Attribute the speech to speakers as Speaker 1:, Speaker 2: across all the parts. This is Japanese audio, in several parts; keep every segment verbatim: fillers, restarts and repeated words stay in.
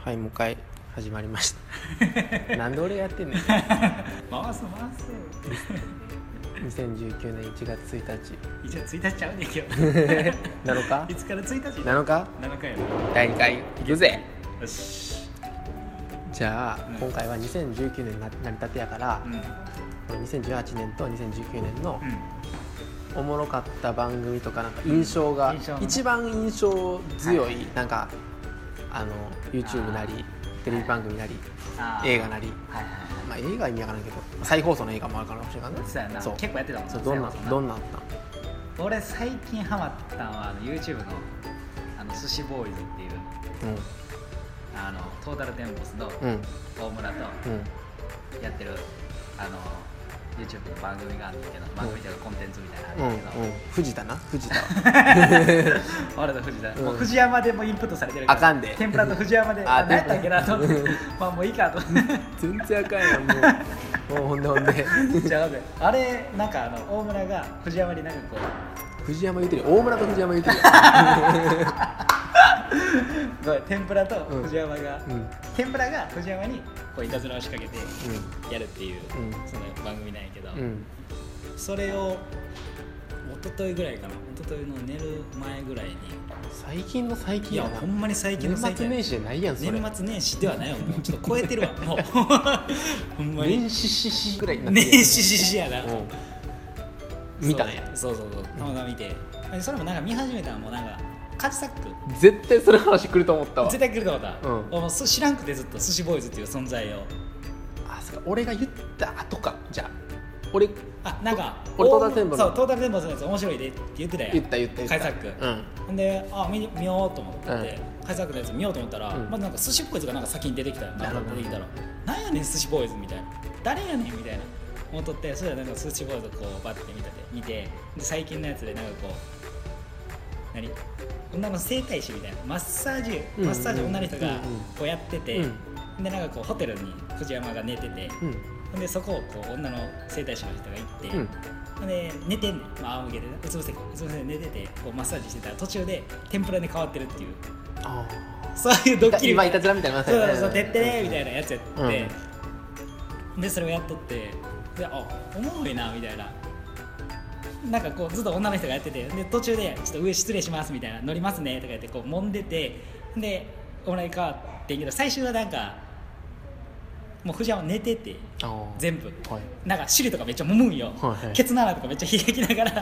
Speaker 1: はい、もう一回始まりましたなんで俺がやってんねん
Speaker 2: 回す回す
Speaker 1: にせんじゅうきゅうねんいちがつついたち
Speaker 2: いちがつついたちちゃうねんけど
Speaker 1: なのか
Speaker 2: いつからついたち
Speaker 1: なのか
Speaker 2: なのかや
Speaker 1: だいにかい行くぜ。
Speaker 2: よし、
Speaker 1: じゃあ、
Speaker 2: うん、
Speaker 1: 今回はにせんじゅうきゅうねんな成り立てやから、うん、このにせんじゅうはちねんとにせんじゅうきゅうねんの、うん、おもろかった番組とかなんか印象が、うん、一番印象強い、はい、なんかあの YouTube なりテレビ番組なり映画なり、はいはいはい、まあ、映画は意味わからんけど再放送の映画もあるかもしれないね。
Speaker 2: そうやな、そう結構やってたもん。
Speaker 1: そうどんなどんなあったん？
Speaker 2: 俺最近ハマったのはあの YouTube のあの寿司ボーイズっていう、うん、あのトータルテンボスの大村とやってる、うん、あの YouTube の番組があるんだけど、うん、番組というかコンテンツみたいなのあるんだけど、うんうん、
Speaker 1: 藤田な藤田
Speaker 2: 俺と藤田、うん、もう藤山でもインプットされてるから
Speaker 1: あかんで
Speaker 2: 天ぷらと藤山であ何やったっけなとまあもういいかと
Speaker 1: 全然あかんやんもうもうほんでほんで
Speaker 2: じゃああれなんかあの大村が藤山になんかこう
Speaker 1: 藤山言うてる大村と藤山言うてる
Speaker 2: ごめん天ぷらと藤山が、うん、天ぷらが藤山にこういたずらを仕掛けてやるっていう、うん、その番組なんやけど、うん、それを一昨日ぐらいかな一昨日の寝る前ぐらいに
Speaker 1: 最近の最近やな。
Speaker 2: いやほんまに最近の最近
Speaker 1: 年末年始じゃないやんそれ。
Speaker 2: 年末年始ではないよもうちょっと超えてるわもうほんまに
Speaker 1: 年始ししぐらいになってる
Speaker 2: 年始ししやな、うん、
Speaker 1: 見たんや。
Speaker 2: そうそうそうたまたま見てそれもなんか見始めたのもなんかカチサック
Speaker 1: 絶対その話来ると思ったわ。
Speaker 2: 絶対来ると思った、うん、もう知らんくてずっと寿司ボーイズっていう存在を。
Speaker 1: あ、そうか俺が言った後か。じゃあ俺
Speaker 2: あなんか
Speaker 1: 俺トータルテンボス
Speaker 2: そうトータルテンボスのやつ面白いでって言ってたやん。
Speaker 1: 言った言った言った
Speaker 2: カイサック、うん、であ 見, 見ようと思って、うん、カイサックのやつ見ようと思ったら、うん、まずなんか寿司ボーイズがなんか先に出てきたよ。出てきたらなんやねん寿司ボーイズみたいな誰やねんみたいな思っとって、それでなんか寿司ボーイズをこうバッて見てて見てで最近のやつでなんかこう何女の整体師みたいなマッサージ、うん、マッサージ女の人がこうやってて、うん、でなんかこうホテルに藤山が寝てて、うん、でそこをこう女の整体師の人が行って、うん、で寝てんねん、まあ仰向けでうつ伏せうつ伏せで寝ててこうマッサージしてたら途中で天ぷらに変わってるっていう、あそういうドッキリ
Speaker 1: 今いたずらみたいな
Speaker 2: そうそうそうてってれみたいなやつやって、うん、でそれをやっとってであおもろいなみたいな。なんかこうずっと女の人がやっててで途中でちょっと上失礼しますみたいな乗りますねとか言ってこう揉んでてでおもらい変わってんけど最終はなんかもう藤山寝てて全部、はい、なんか尻とかめっちゃ揉むんよ、はいはい、ケツの穴とかめっちゃ開きながら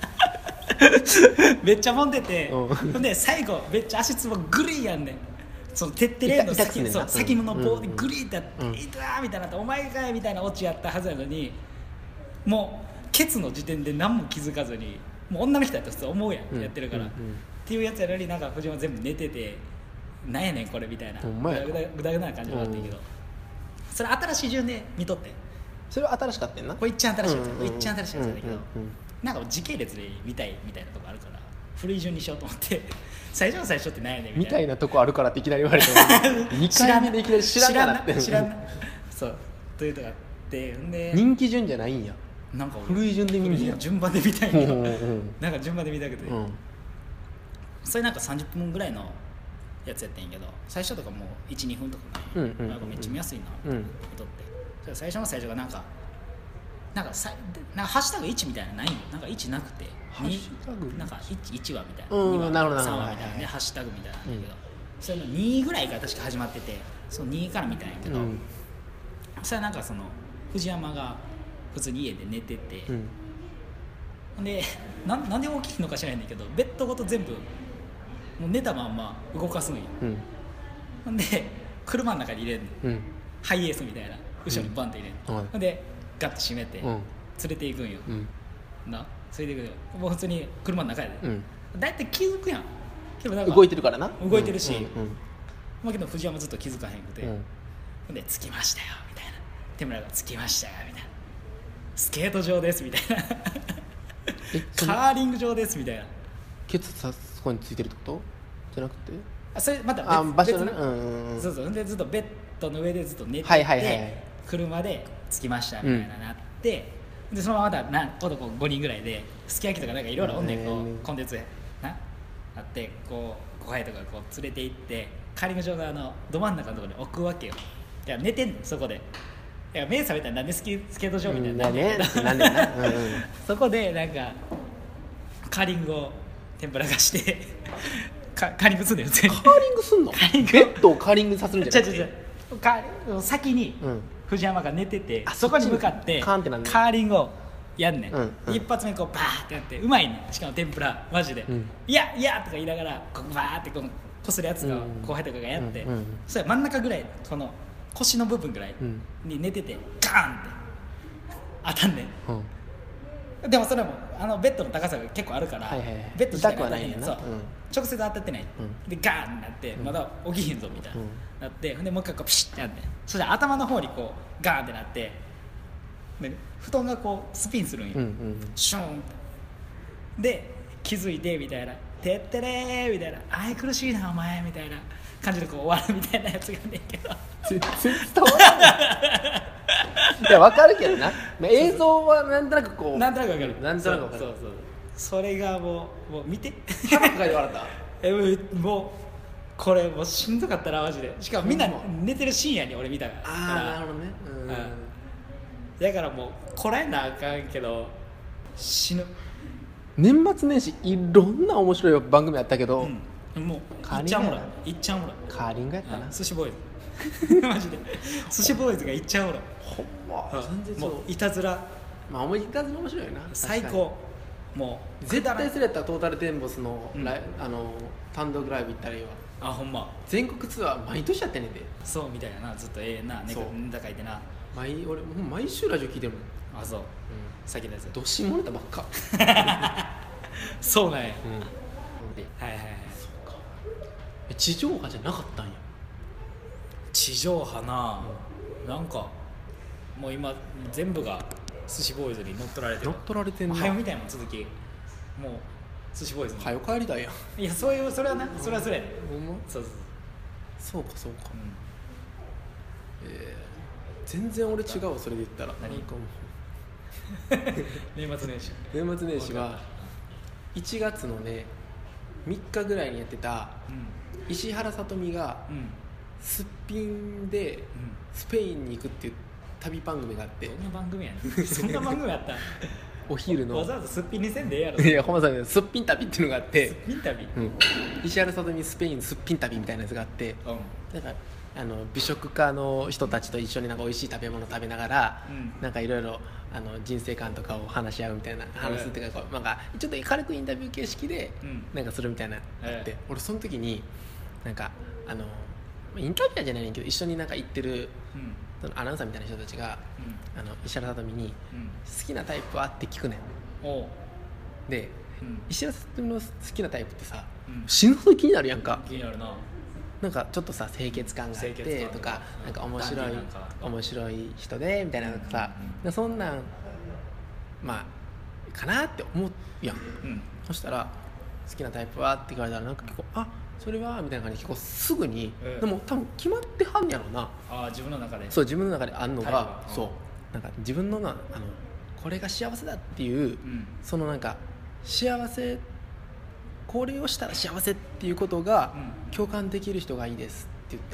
Speaker 2: めっちゃ揉んでてほんで最後めっちゃ足つぼグリーやんねんそのてってれんの先の先の棒でグリーってやって「いたー」みたいなお前かいみたいなオチやったはずやのにもうケツの時点で何も気づかずにもう女の人やったら普通思うやん、うん、やってるから、うんうん、っていうやつやのになんか藤山全部寝ててなんやねんこれみたいなぐだぐだぐだぐだな感じがあってんけど、うん、それ新しい順で見とって
Speaker 1: それは新しかったんな
Speaker 2: これいっちゃん新しいやつや、うんうん、いっちゃん新しいやつやだけど、うんうん、なんか時系列で見たいみたいなとこあるから古い順にしようと思って最初の最初ってなんやねんみたいなみ
Speaker 1: たいなとこあるからっていきなり言われてにかいめでいきなり知らんかなって
Speaker 2: 知らんなそうというとかあってんで
Speaker 1: 人気順じゃないんやなんか古い順で見る
Speaker 2: 順番で見たいけどなんか順番で見たくて、うん、それなんかさんじゅっぷんぐらいのやつやってんけど最初とかもう いち,に 分とかない、うんうん、なんかめっちゃ見やすいなと思って、うん、最初の最初がなんかなんかさなんかハッシュタグいちみたいなのないんよなんかいちなくて
Speaker 1: ハッシュタグ
Speaker 2: なんか いち, いち話みたいな、
Speaker 1: うん、
Speaker 2: に話さん
Speaker 1: 話
Speaker 2: みたいなね、ハッシュタグみたいなんだけど、うん、それのにぐらいから確か始まっててそのにから見たんやけど、うん、それはなんかその藤山が普通に家で寝てて、うん、で な, なんで大きいのか知らないんだけどベッドごと全部もう寝たまんま動かすのよ、うん、で車の中に入れるの、うん、ハイエースみたいな後ろにバンって入れるの、うん、でガッと閉めて、うん、連れていくんよ、うん、な連れていくよもう普通に車の中やで、うん、だいたい気づくやんけどなんか
Speaker 1: 動いてるからな
Speaker 2: 動いてるし、うんうんうん、まあ、けど藤山ずっと気づかへんくて、うん、で着きましたよみたいな手村が着きましたよみたいなスケート場ですみたいなカーリング場ですみたいな
Speaker 1: ケツさそこについてるってことじゃなくて
Speaker 2: あそれまた別
Speaker 1: あ場所ね、
Speaker 2: 別の、うんうん、そうそうでずっとベッドの上でずっと寝てて、
Speaker 1: はいはいはい、
Speaker 2: 車で着きましたみたいななって、うん、でそのまままたな今度こうごにんぐらいですき焼きとかなんかいろいろおんねんこうコンテンツでなあってこう後輩とかこう連れて行ってカーリング場のあのど真ん中のところに置くわけよ。いや寝てんのそこで。いや目覚めたらなんでスケスケート場みたいになってんけど、
Speaker 1: なんでな、うんうん、
Speaker 2: そこでなんかカーリングを天ぷらがしてカーリングすんだよ。カーリ
Speaker 1: ングすんの？ベッドをカーリングさせるんじゃなくて、違う違う違う、
Speaker 2: カー先に藤山が寝てて、うん、そこに向かってカーリングをやんねん、うんうん、一発目こうバーってやってうまいねん。しかも天ぷらマジで、うん、いやいやとか言いながらこうバーってこのこするやつが後輩とかがやって、うんうん、そしたら真ん中ぐらいこの腰の部分ぐらいに寝ててガーンって当たんねん、うん、でもそれもあのベッドの高さが結構あるから、はいはいはい、ベッド自体が当たんへん、そう、うん、直接当たってない、うん、でガーンになってまだ起きひんぞみたいな、うん、なってでもう一回こうピシッてやってそしたら頭の方にこうガーンってなってで布団がこうスピンするんよ、うんうん、シューンで気づいてみたいなてってれーみたいな愛くるしいなお前みたいな感じでこう終わるみたいなやつがねんけど
Speaker 1: 全然伝わらないいや分かるけどな、まあ、映像はなんとなくこう
Speaker 2: なんとなく分かる
Speaker 1: なんとなく分かる
Speaker 2: そうそうそうそれがもうもう見て
Speaker 1: 歯がかいて笑った
Speaker 2: えもうこれもうしんどかったなマジでしかもみんな寝てる深夜に俺見たから
Speaker 1: ああなるほどねうん、うん、
Speaker 2: だからもうこらえなあかんけど死ぬ
Speaker 1: 年末年始いろんな面白い番組あったけど、
Speaker 2: うん、もういっちゃんおもろいいっちゃんおもろい
Speaker 1: カーリングやったな
Speaker 2: 寿司ボーイズマジで寿司ボーイズがいっちゃんおもろい
Speaker 1: ほんま全然そう
Speaker 2: もういたずら
Speaker 1: まあ思いいたずら面白いよな
Speaker 2: 最高も
Speaker 1: う絶対それやったらトータルテンボスの、うん、あの単独ライブ行ったらいいわ
Speaker 2: あほんま
Speaker 1: 全国ツアー毎年やってんねんで
Speaker 2: そうみたいなずっとええなネタ書いてな
Speaker 1: 毎俺もう毎週ラジオ聞いてるもん
Speaker 2: あそう、うん、さっきのやつ
Speaker 1: どしもネタばっか
Speaker 2: そうなんや、うん、はいはいはい
Speaker 1: そうか地上波じゃなかったんや
Speaker 2: 地上波な、うん、なんかもう今全部が寿司ボーイズに乗っ取られてる
Speaker 1: 乗っ取られてんの
Speaker 2: はよみたいな続きもう寿司ボーイズに
Speaker 1: はよ帰りたいや
Speaker 2: んいやそういうそれはなそれはそれやね、うん、そうそう
Speaker 1: そうかそうか、うんえー全然俺違うわそれで言ったら
Speaker 2: 何かも年末年始
Speaker 1: 年末年始はいちがつのねみっかぐらいにやってた、うん、石原さとみが、うん、すっぴんでスペインに行くっていう旅番組があって
Speaker 2: どんな番組やねんそんな番組あった
Speaker 1: お昼の
Speaker 2: わざわざすっぴんにせんでええやろ
Speaker 1: いやほんまさすっぴん旅っていうのがあって
Speaker 2: すっぴん旅、
Speaker 1: うん、石原さとみスペインすっぴん旅みたいなやつがあって、うん、だからあの美食家の人たちと一緒になんか美味しい食べ物食べながら、うん、なんかいろいろあの人生観とかを話し合うみたいな話すっていうか、こうなんかちょっと軽くインタビュー形式でなんかするみたいなのがあって、俺その時になんかあのインタビュアーじゃないねんけど一緒になんか行ってる、うん、そのアナウンサーみたいな人たちが、うん、あの石原さとみに、うん、好きなタイプはって聞くねん。おで、うん、石原さとみの好きなタイプってさ、うん、死ぬほど気になるやんか。
Speaker 2: 気になるな。
Speaker 1: なんかちょっとさ清潔感があってとか、なんか面白い面白い人でみたいなのがさ、うん、そんなんまあかなって思うやん、うん、そしたら好きなタイプはって言われたらなんか結構あそれはみたいな感じで結構すぐに、えー、でも多分決まってはんやろな。
Speaker 2: あ自分の中で
Speaker 1: そう自分の中であんのが、うん、そうなんか自分のなあのこれが幸せだっていう、うん、そのなんか幸せこれをしたら幸せっていうことが共感できる人がいいですって言って、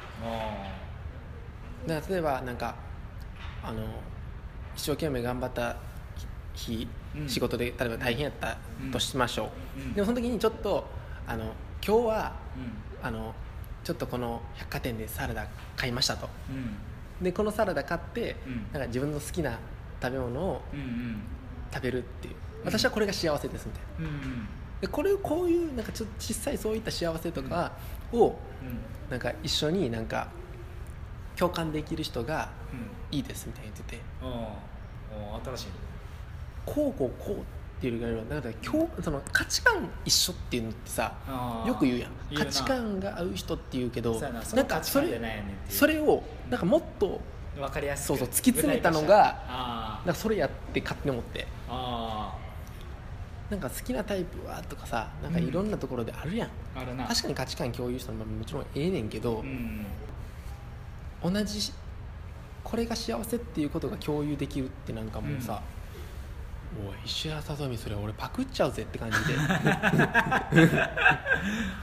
Speaker 1: うん、だから例えばなんかあの一生懸命頑張った日、うん、仕事で例えば大変やったとしましょう、うん、でもその時にちょっとあの今日は、うん、あのちょっとこの百貨店でサラダ買いましたと、うん、でこのサラダ買って、うん、なんか自分の好きな食べ物を食べるっていう、私はこれが幸せですみたいな、うんうんでこれをこういうなんかちょっと小さいそういった幸せとかをなんか一緒になんか共感できる人がいいですみたいに言ってて、
Speaker 2: うん、新しい
Speaker 1: こうこうこうっていうぐらいはなんか今日その価値観一緒っていうのってさよく言うやん。価値観が合う人って言うけど
Speaker 2: な
Speaker 1: なんかそれそれをなんかもっと
Speaker 2: 分かりやすく
Speaker 1: そうそう突き詰めたのがなんかそれやって勝手に思って。あなんか好きなタイプはとかさなんかいろんなところであるやん、
Speaker 2: うん、あるな。
Speaker 1: 確かに価値観共有したのももちろんええねんけど、うん、同じこれが幸せっていうことが共有できるってなんかもうさ、うん、おい石原さとみそれ俺パクっちゃうぜって感じで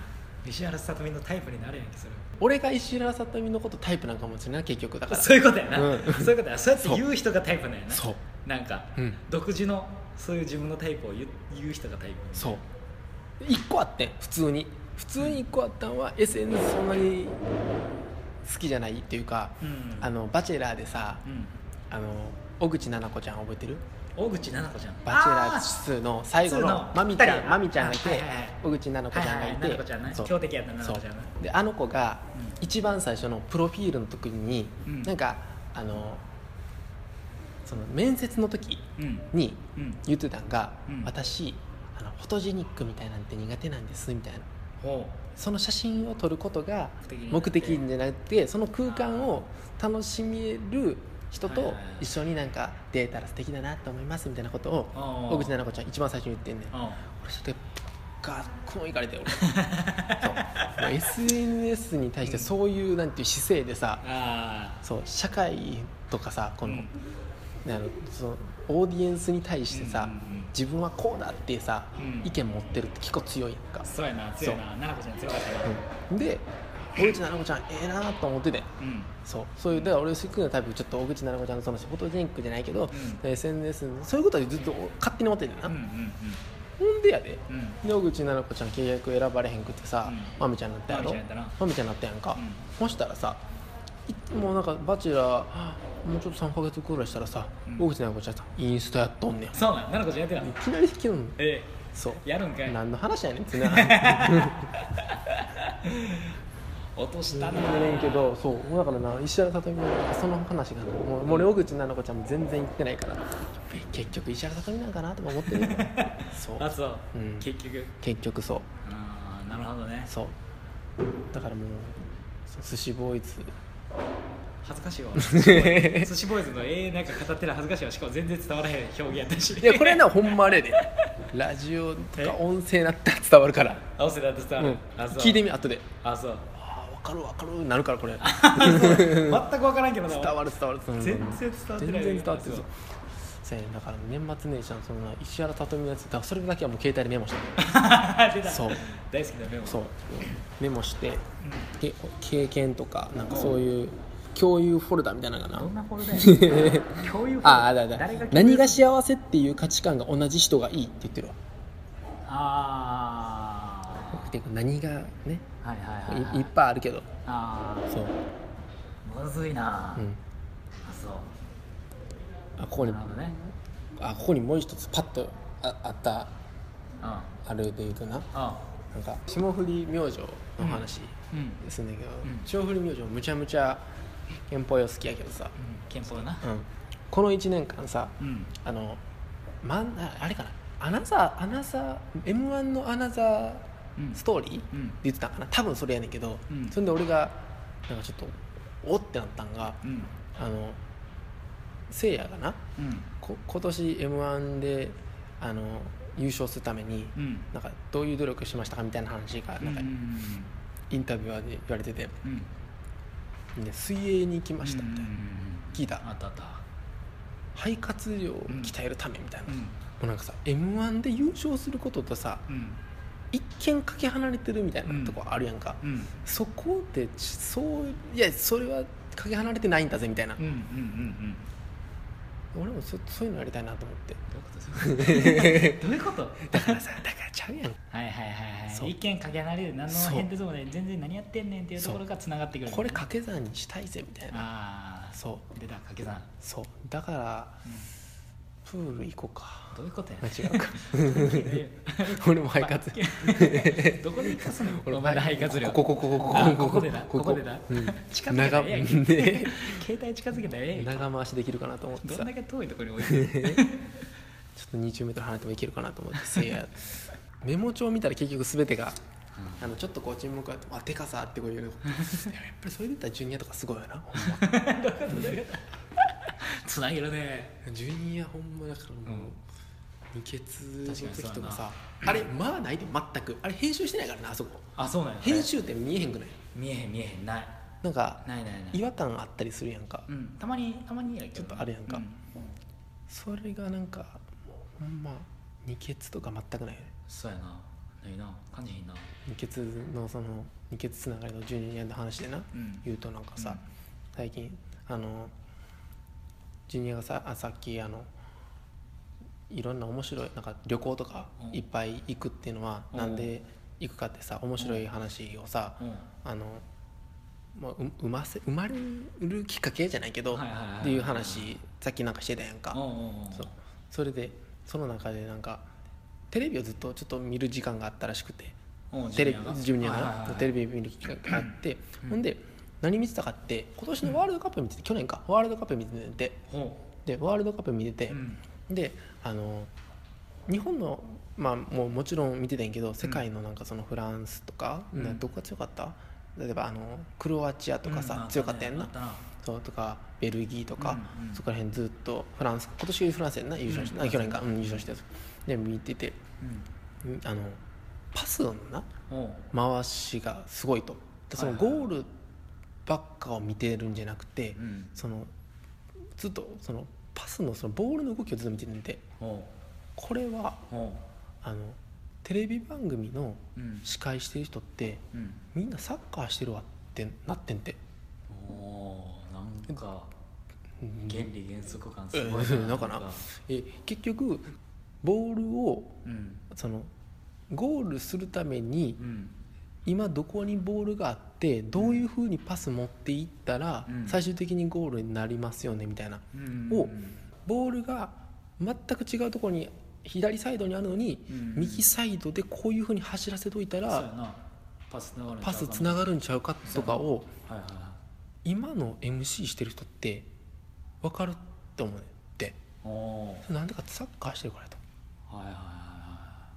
Speaker 2: 石原さとみのタイプになるやんけそれ
Speaker 1: 俺が石原さとみのことタイプなんかもしれない結局だから
Speaker 2: そういうことやな、
Speaker 1: うん、
Speaker 2: そういうことやそうやって言う人がタイプなんやな
Speaker 1: そう
Speaker 2: なんか、
Speaker 1: うん、
Speaker 2: 独自のそういう自分のタイプを言う、言う人がタイプ
Speaker 1: そういっこあって普通に普通にいっこあったのは エスエヌエス そんなに好きじゃないっていうか、うん、あのバチェラーでさ、うん、あの小口奈々子ちゃん覚えてる？
Speaker 2: 小口奈々子ちゃん
Speaker 1: バチェラーにの最後のマミちゃんマミちゃんがいて、はいはいはい、小口奈々子ちゃんがいて、はいはいはい、
Speaker 2: 強敵やった奈々子ちゃん
Speaker 1: であの子が一番最初のプロフィールの時に、うん、なんかあのその面接の時に言ってたんが、うんうん、私あのフォトジェニックみたいなんて苦手なんですみたいな、その写真を撮ることが目的じゃなくてその空間を楽しめる人と一緒になんか出たら素敵だなと思いますみたいなことを小口奈々子ちゃん一番最初に言ってんねん。俺ちょっとガッコンいかれて俺そう エスエヌエス に対してそういうなんていう姿勢でさ、うん、そう社会とかさこの、うんあのそのオーディエンスに対してさ、うんうんうん、自分はこうだってさ、うん、意見持ってるって結構強いやんか。
Speaker 2: そうやな強いな奈々子ちゃん強かったな、
Speaker 1: うん、で大口奈々子ちゃんええなと思ってて、うん、そうそういうだから俺好きなタイプちょっと大口奈々子ちゃんのそのフォトジェニックじゃないけど、うん、エスエヌエス そういうことはずっと勝手に思ってんねんな、うんうんうん、ほんでやで、うん、で大口奈々子ちゃん契約選ばれへんくってさ、うん、マミちゃんになったやろマミちゃんになったやんか、うん、そしたらさもうなんかバチェラーもうちょっとさんかげつくらいしたらさ、うん、大口奈々子ちゃんさインスタやっとんねん。
Speaker 2: そうなん奈々子ちゃんやってない
Speaker 1: いきなり聞くの
Speaker 2: ええ
Speaker 1: そう
Speaker 2: やるんかい
Speaker 1: 何の話やねんってな
Speaker 2: 落としたな
Speaker 1: ぁねんけどそうだからな石原さとみのその話がもう俺大口奈々子ちゃんも全然言ってないから結局石原さとみなんかなとか思ってるよそう
Speaker 2: あそう、うん、結局
Speaker 1: 結局そう
Speaker 2: ああなるほどね
Speaker 1: そうだからもう寿司ボーイズ
Speaker 2: 恥ずかしいわ寿司ボーイズのええなんか語ってる恥ずかしいわしかも全然伝わらへん表現やったし
Speaker 1: いやこれなほんまあれでラジオとか音声なったら伝わるから
Speaker 2: 音声だったら伝わる、うん、
Speaker 1: あそう聞いてみ後で
Speaker 2: あそう
Speaker 1: あ分かる分かるなるからこれ
Speaker 2: 全く分からんけどな
Speaker 1: 伝わる伝わる
Speaker 2: 全然伝わってない
Speaker 1: 全然伝わってるそうだから年末年始のその石原さとみのやつだからそれだけはもう携帯でメモしてるそう
Speaker 2: 大好きなメモ
Speaker 1: そうメモして、うん、経験とかなんかそういう共有フォルダみたいなのかな
Speaker 2: どんなフォルダや共有フォルダ
Speaker 1: あだだ何が幸せっていう価値観が同じ人がいいって言ってるわ
Speaker 2: あ
Speaker 1: あ何がね、
Speaker 2: はいはいはいはい、
Speaker 1: い, いっぱいあるけど
Speaker 2: あ
Speaker 1: そう
Speaker 2: むずいな、うん、あそう
Speaker 1: あここに、
Speaker 2: ね、
Speaker 1: あここにもう一つパッと あ, あったああるで言うとな
Speaker 2: あ
Speaker 1: なんか霜降り明星の話ですんだけど、うんうん、霜降り明星むちゃむちゃ憲法よ好きやけどさ、
Speaker 2: うん、憲法な、うん、
Speaker 1: このいちねんかんさ、
Speaker 2: うん、
Speaker 1: あの、ま、あれかなアナザーアナザー エムワン のアナザーストーリー、うん、って言ってたかな多分それやねんけど、うん、それで俺がなんかちょっとおってなったんが、うん、あのせいやがな、うん、こ今年 エムワン であの優勝するために、うん、なんかどういう努力しましたかみたいな話がなんかインタビュアーで言われてて、うん、で水泳に行きましたみたいな、うん、聞いた
Speaker 2: あったあった
Speaker 1: 肺活量を鍛えるためみたいな、うん、もうなんかさ エムワン で優勝することとさ、うん、一見かけ離れてるみたいなとこあるやんか、うん、そこでそういやそれはかけ離れてないんだぜみたいな、うんうんうんうん俺も そ, そういうのやりたいなと思って
Speaker 2: どういうこと
Speaker 1: だからさだからちゃうやん
Speaker 2: はいはいはいはい一見かけ離れる何の変哲もない全然何やってんねんっていうところがつながってくる、ね、
Speaker 1: これ掛け算にしたいぜみたいな
Speaker 2: ああそう出た掛け算
Speaker 1: そうだから、うん、プール行こうか
Speaker 2: どういうことや
Speaker 1: 違うか俺も肺活
Speaker 2: どこで生かすの俺お前の肺活量
Speaker 1: こここここ
Speaker 2: こここでだここでだ近づけたらええやん携帯近づけたらええやん
Speaker 1: 長回しできるかなと思ってさ
Speaker 2: どんだけ遠いところに置いてる
Speaker 1: ちょっとにじゅうメートル離れてもいけるかなと思ってせいやメモ帳見たら結局全てがあのちょっとこう沈黙があってあでかさってこういうのやっぱりそれで言ったらジュニアとかすごいよなほんま
Speaker 2: つなげるね
Speaker 1: ジュニアほんまだからもう、うん未決の時とかさあれまあないで全くあれ編集してないからなあそこ
Speaker 2: あそうなんや
Speaker 1: 編集点見えへんくない
Speaker 2: 見えへん見えへんない
Speaker 1: なんか
Speaker 2: ないないない
Speaker 1: 違和感あったりするやんか、
Speaker 2: うん、たまにたまにやけど
Speaker 1: ちょっとあるやんか、うん、それがなんかほんま未決とか全くないよね
Speaker 2: そうやなないな感じひんな。
Speaker 1: 二血のその二血つながりのジュニアの話でな、うん、言うとなんかさ、うん、最近あのジュニアがさあさっきあのいろんな面白いなんか旅行とかいっぱい行くっていうのは、うん、なんで行くかってさ面白い話をさ、うん、あのまあ、う生ませ生まれるきっかけじゃないけど、はいはいはいはい、っていう話さっきなんかしてたやんか、うんうんうん、そうそれでその中でなんかテレビをずっとちょっと見る時間があったらしくて、テレビジュニアが、はいはいはい、テレビ見る機会があって、うん、ほんで何見てたかって今年のワールドカップ見てて、うん、去年かワールドカップ見てて、うん、でワールドカップ見てて、うん、であの日本のまあもうもちろん見てたんやけど世界のなんかそのフランスとか、うん、どこが強かった？例えばあのクロアチアとかさ、うん、強かったやんな、そうとかベルギーとか、うんうん、そこら辺ずっとフランス今年フランスやんな優勝して、うん、去年か、うん、優勝してるで見てて、うん、あのパスのな回しがすごいとそのゴールばっかを見てるんじゃなくて、うん、そのずっとそのパスのそのボールの動きをずっと見てるんで、これはあのテレビ番組の司会してる人って、うん、みんなサッカーしてるわってなってんて。
Speaker 2: おなんか原理原則感すごいな。
Speaker 1: だからえ結局ボールを、うん、そのゴールするために、うん、今どこにボールがあってどういう風にパス持っていったら、うん、最終的にゴールになりますよねみたいな、うん、をボールが全く違うところに左サイドにあるのに、うん、右サイドでこういう風に走らせといたらパスつながるんちゃうかとかを、はいはいはい、今の エムシー してる人って分かるって思うってなんでかってサッカーしてるからと、はいはいはい、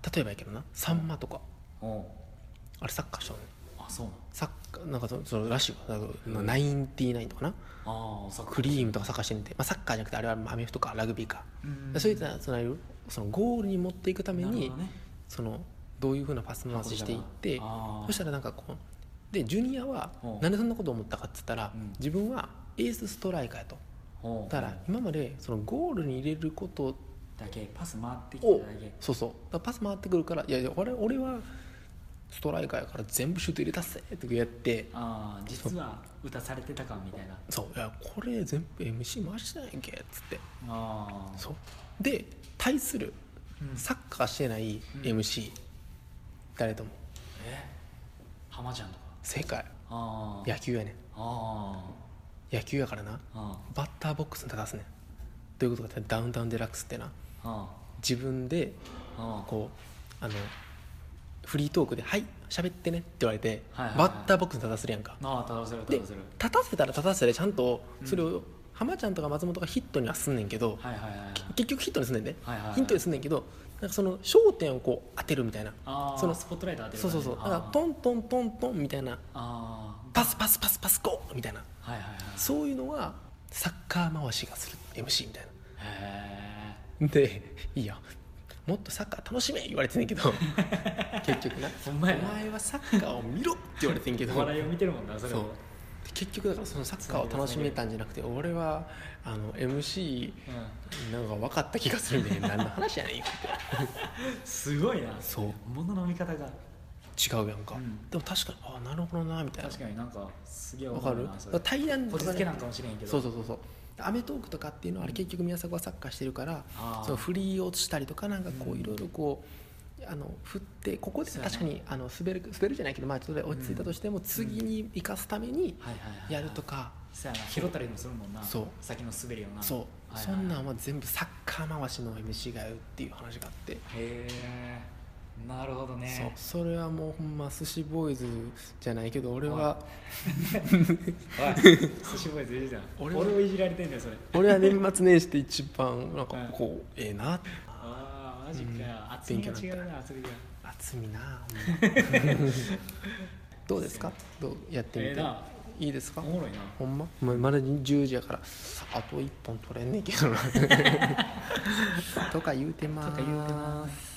Speaker 1: 例えばやけどなさんまとかあれサッカーしとるね。
Speaker 2: あそうなの
Speaker 1: サッカーなんか そ, そのらしいわナインティナインとかなあクリームとかサッカーしてんで、まあ、サッカーじゃなくてあれはアメフトかラグビーか、うんそういったそのそのゴールに持っていくために、ね、そのどういう風なパス回ししていってそしたらなんかこうでジュニアはなんでそんなことを思ったかって言ったら、うん、自分はエースストライカーやとだから今までそのゴールに入れること
Speaker 2: だけパス回ってきただけ
Speaker 1: そうそうだからパス回ってくるからいやいや俺, 俺はストライカーやから全部シュート入れたっせってやって
Speaker 2: あ実は打たされてたかみたいな
Speaker 1: そういやこれ全部 エムシー 回してないんけっつってあそうで対するサッカーしてない エムシー、うん、誰とも
Speaker 2: え浜ちゃんとか
Speaker 1: 正解あ野球やねんあ野球やからなバッターボックスに立たすねんどういうことかってダウンタウンデラックスってな自分でこうあのフリートークで「はい喋ってね」って言われて、はいはいはい、バッターボックスに立たせるやんか
Speaker 2: あ立たせる立たせる
Speaker 1: 立たせたら立たせたらちゃんとそれを、うん、浜ちゃんとか松本がヒットにはすんねんけど、はいはいはいはい、結局ヒットにすんねんで、はいはいはい、ヒットにすんねんけどなんかその焦点をこう当てるみたいな
Speaker 2: そのスポットライト当てる
Speaker 1: そうそうそうだからトントントントンみたいなあパスパスパスパスゴーみたいな、はいはいはい、そういうのはサッカー回しがする エムシー みたいなへでいいやもっとサッカー楽しめ言われてんねんけど結局なお前はサッカーを見ろって言われてんけど
Speaker 2: お笑いを見てるもんなそれ
Speaker 1: そう結局だからそのサッカーを楽しめたんじゃなくて俺はあの エムシー なんか分かった気がするんで何の話やねんって
Speaker 2: すごいな
Speaker 1: そう
Speaker 2: 物の見方が
Speaker 1: 違うやんか、うん、でも確かにあなるほどなみたいな
Speaker 2: 確かになんかすげえ
Speaker 1: 分かる対談
Speaker 2: とかねなんかもしれんけど
Speaker 1: そうそうそうそうアメトークとかっていうのはあれ結局宮迫はサッカーしてるから、うん、そのフリーをしたりとかなんかこういろいろこうあの振ってここで確かにあの滑る滑るじゃないけどまあちょっと落ち着いたとしても次に生かすためにやるとか
Speaker 2: そうやな拾ったりもするもんなそう先の滑りをな
Speaker 1: そう、はいはい、そんなんは全部サッカー回しの エムシー がやるっていう話があってへ
Speaker 2: えなるほどね
Speaker 1: そうそれはもうほんま寿司ボーイズじゃないけど俺は
Speaker 2: おい寿司ボーイズいいじゃん俺をいじられてんだよそれ
Speaker 1: 俺は年末年始って一番なんかこうええなあ
Speaker 2: あマジか、うん、厚みが違うな厚みが
Speaker 1: 厚みなどうですかどうやってみて、えー、いいですか
Speaker 2: おもろいな
Speaker 1: ほんままだじゅうじやからあといっぽん取れんねんけどなとか言うてまーす
Speaker 2: とか言うてまーす